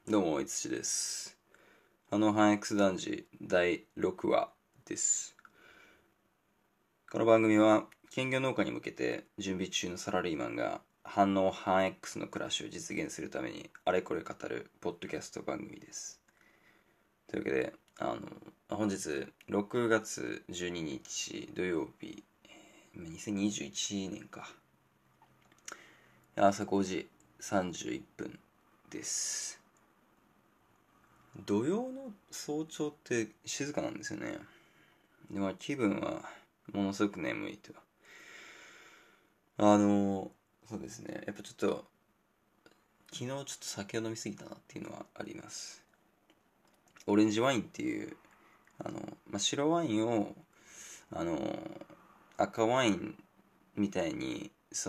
どうも、いつしです。反 X 男児第6話です。この番組は、兼業農家に向けて準備中のサラリーマンが反 X の暮らしを実現するためにあれこれ語るポッドキャスト番組です。というわけで、本日6月12日土曜日、2021年か。朝5時31分です。土曜の早朝って静かなんですよね。で、気分はものすごく眠いと。そうですね。やっぱちょっと、昨日ちょっと酒を飲みすぎたなっていうのはあります。オレンジワインっていう、白ワインを、あの、赤ワインみたいに、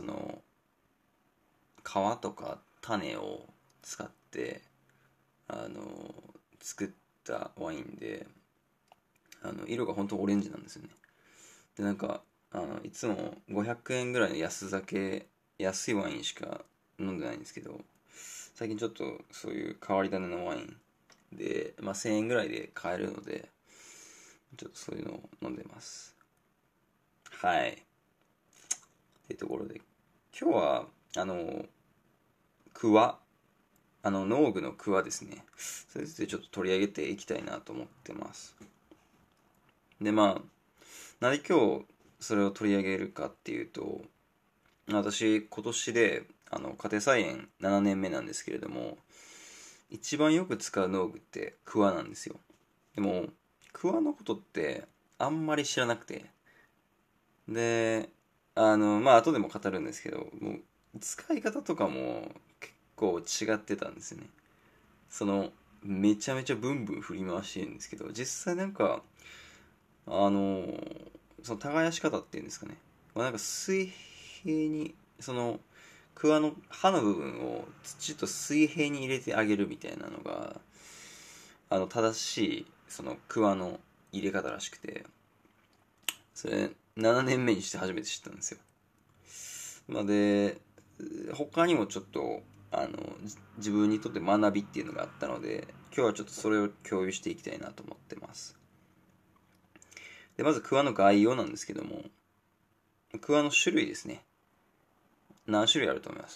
皮とか種を使って、あの、作ったワインで、色が本当オレンジなんですよね。で、いつも500円ぐらいの安いワインしか飲んでないんですけど、最近ちょっとそういう変わり種のワインで、1000円ぐらいで買えるので、ちょっとそういうのを飲んでます。はい。っていうところで、今日は、クワ、農具のクワですね。それについてちょっと取り上げていきたいなと思ってます。で、なんで今日それを取り上げるかっていうと、私、今年で、家庭菜園7年目なんですけれども、一番よく使う農具ってクワなんですよ。でも、クワのことってあんまり知らなくて。で、後でも語るんですけど、もう、使い方とかも結構違ってたんですよね。めちゃめちゃブンブン振り回してるんですけど、実際あの、その耕し方っていうんですかね。水平に、クワの刃の部分を土と水平に入れてあげるみたいなのが、正しい、クワの入れ方らしくて、それ、7年目にして初めて知ったんですよ。で、他にもちょっと、自分にとって学びっていうのがあったので、今日はちょっとそれを共有していきたいなと思ってます。で、まず、クワの概要なんですけども、クワの種類ですね。何種類あると思います？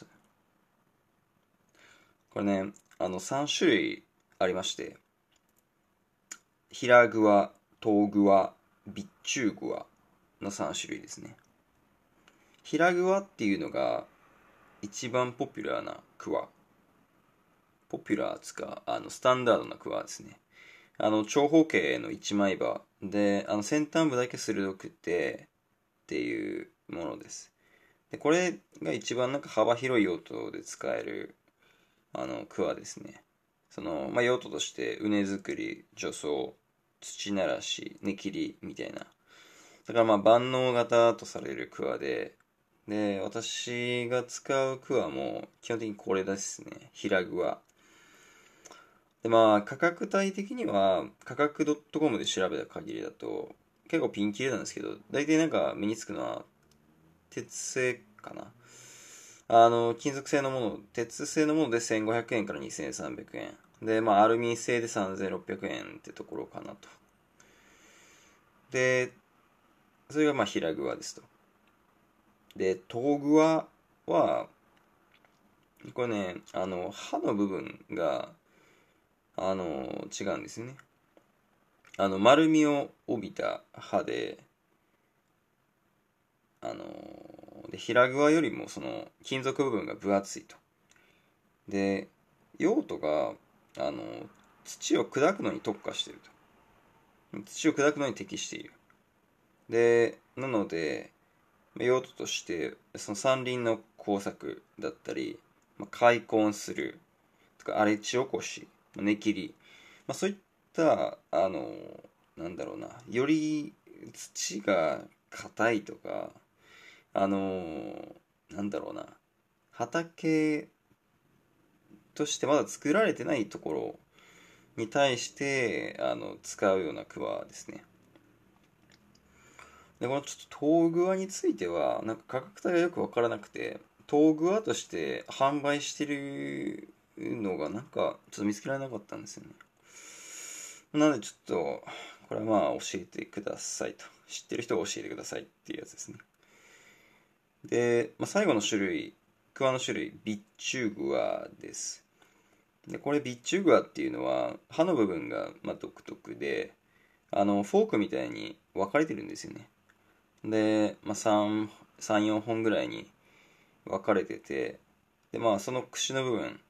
これね、3種類ありまして、平グワ、トグワ、備中グワの3種類ですね。平グワっていうのが一番ポピュラーなクワ。ポピュラーつか、スタンダードなクワですね。長方形の一枚刃で、先端部だけ鋭くてっていうものです。で、これが一番幅広い用途で使える、クワですね。用途として、畝作り、除草、土ならし、根切りみたいな。だから万能型とされるクワで、私が使うクワも基本的にこれですね。平グワ。で、価格帯的には、価格 .com で調べた限りだと、結構ピンキリなんですけど、大体身につくのは、鉄製かな。金属製のもの、鉄製のもので1500円から2300円。で、アルミ製で3600円ってところかなと。で、それが平グワですと。で、トグワは、これね、刃の部分が、違うんですよね。丸みを帯びた刃で、平グワよりも金属部分が分厚いと。で、用途が、あの、土を砕くのに特化していると。土を砕くのに適している。で、なので、用途として、その山林の工作だったり、開墾する、とか荒れ地起こし、根切り、そういった、より土が硬いとか、あのなんだろうな、畑としてまだ作られてないところに対して、使うようなクワですね。で、このちょっとトーグワについては、価格帯がよくわからなくて、トーグワとして販売してるのがなんかちょっと見つけられなかったんですよね。なのでちょっとこれはまあ教えてくださいと、知ってる人が教えてくださいっていうやつですね。で、最後の種類、クワの種類、ビッチューグアです。でこれビッチューグアっていうのは刃の部分が独特で、フォークみたいに分かれてるんですよね。で、3、4本ぐらいに分かれてて、でその串の部分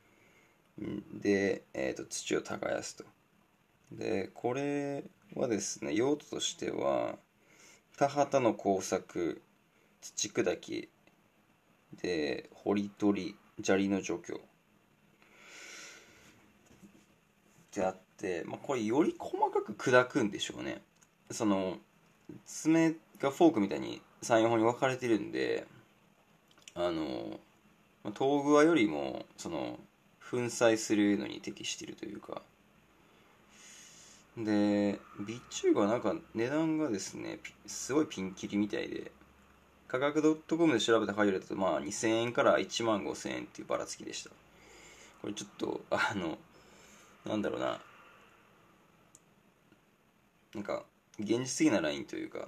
で、土を耕すと。でこれはですね、用途としては田畑の耕作、土砕きで掘り取り、砂利の除去ってあって、これより細かく砕くんでしょうね。その爪がフォークみたいに3、4本に分かれてるんで、遠具合よりも粉砕するのに適しているというか。で備中がなんか値段がですね、すごいピンキリみたいで、価格 .com で調べた限りだと2000円から1万5000円っていうばらつきでした。これちょっとなんだろうな、なんか現実的なラインというか、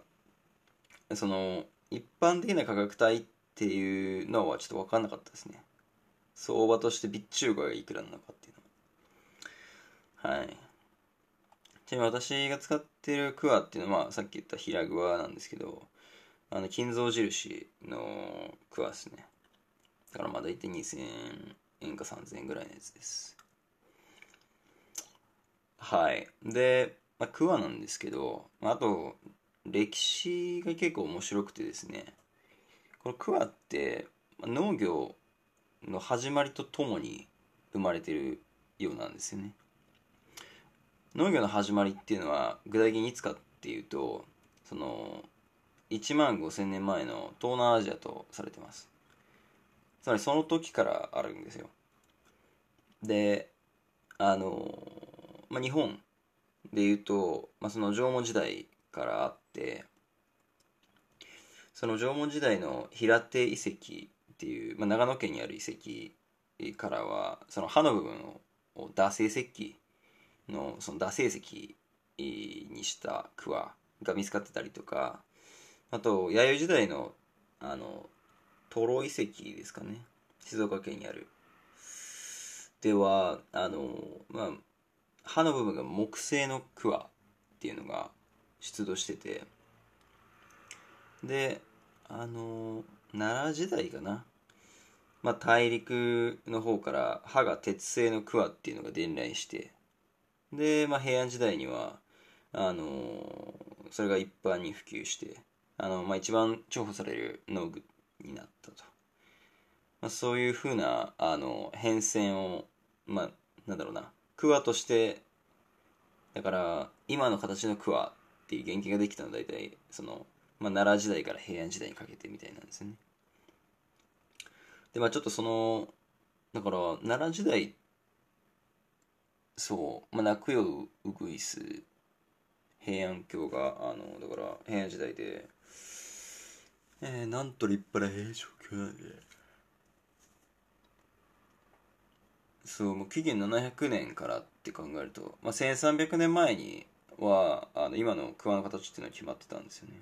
一般的な価格帯っていうのはちょっと分かんなかったですね。相場として備中がいくらなのかっていうのは。はい。ちなみに私が使ってるクワっていうのは、さっき言った平グワなんですけど、金蔵印のクワですね。だから大体2000円か3000円ぐらいのやつです。はい。で、クワなんですけど、あと、歴史が結構面白くてですね、このクワって、農業の始まりとともに生まれてるようなんですよね。農業の始まりっていうのは具体的にいつかっていうと、その1万5000年前の東南アジアとされてます。つまりその時からあるんですよ。で、日本でいうと、その縄文時代からあって、その縄文時代の平手遺跡っていう、長野県にある遺跡からは、その刃の部分を打製石器のその打製石にした桑が見つかってたりとか、あと弥生時代のトロ遺跡ですかね、静岡県にあるでは刃の部分が木製の桑っていうのが出土してて、で奈良時代かな、大陸の方から刃が鉄製の桑っていうのが伝来して、で、平安時代にはそれが一般に普及して、一番重宝される農具になったと。そういうふうな変遷を、なんだろうな、桑として、だから今の形の桑っていう原型ができたのは大体奈良時代から平安時代にかけてみたいなんですよね。でちょっとだから奈良時代、そう、泣くよウグイス、平安京がだから平安時代で、なんと立派な平城京なんで、そうもう紀元700年からって考えると、1300年前には今の桑の形っていうのは決まってたんですよね。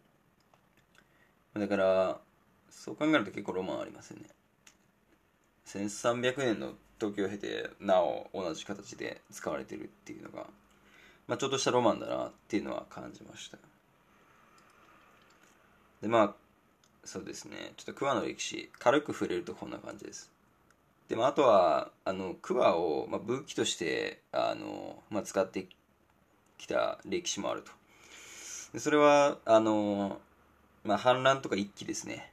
だからそう考えると結構ロマンありますよね。1300年の時を経てなお同じ形で使われてるっていうのが、ちょっとしたロマンだなっていうのは感じました。でそうですね、ちょっと桑の歴史軽く触れるとこんな感じです。であとは桑を、武器として使ってきた歴史もあると。でそれは反乱とか一揆ですね。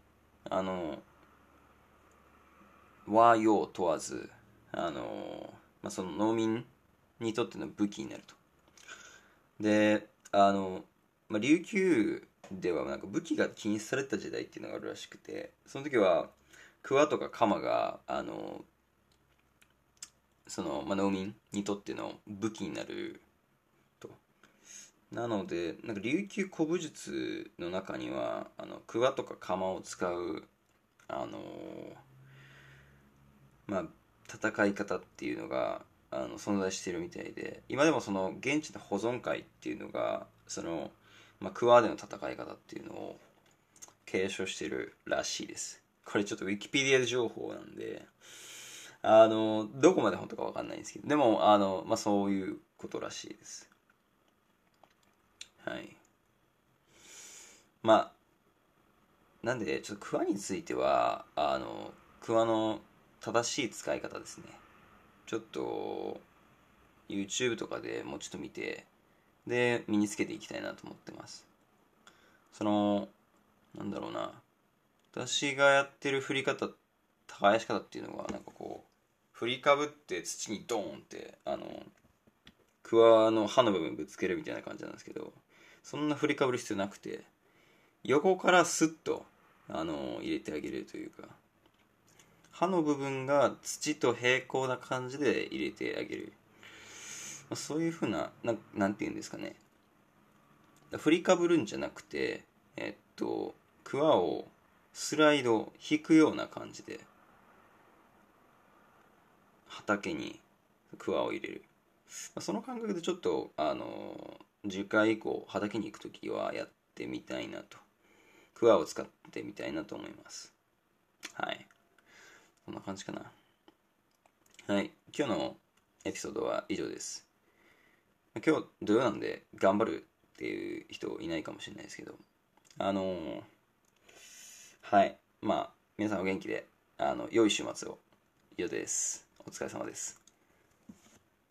和洋問わずその農民にとっての武器になると。で琉球ではなんか武器が禁止された時代っていうのがあるらしくて、その時は桑とか鎌が農民にとっての武器になると。なのでなんか琉球古武術の中には桑とか鎌を使うあの戦い方っていうのが存在しているみたいで、今でもその現地の保存会っていうのがその、クワでの戦い方っていうのを継承してるらしいです。これちょっとウィキペディア情報なんでどこまで本当かわかんないんですけど、でもそういうことらしいです。はい。なんでちょっとクワについてはクワの正しい使い方ですね、ちょっと YouTube とかでもうちょっと見て、で身につけていきたいなと思ってます。そのなんだろうな、私がやってる振り方、耕し方っていうのがなんかこう振りかぶって土にドーンってクワの刃の部分ぶつけるみたいな感じなんですけど、そんな振りかぶる必要なくて、横からスッと入れてあげるというか、刃の部分が土と平行な感じで入れてあげる、そういう風な、なんていうんですかね、振りかぶるんじゃなくて、クワをスライド引くような感じで畑にクワを入れる。その感覚でちょっと次回以降畑に行くときはやってみたいなと、クワを使ってみたいなと思います。はい、こんな感じかな。はい、今日のエピソードは以上です。今日土曜なんで頑張るっていう人いないかもしれないですけど、はい、皆さんお元気で良い週末を。以上です。お疲れ様です。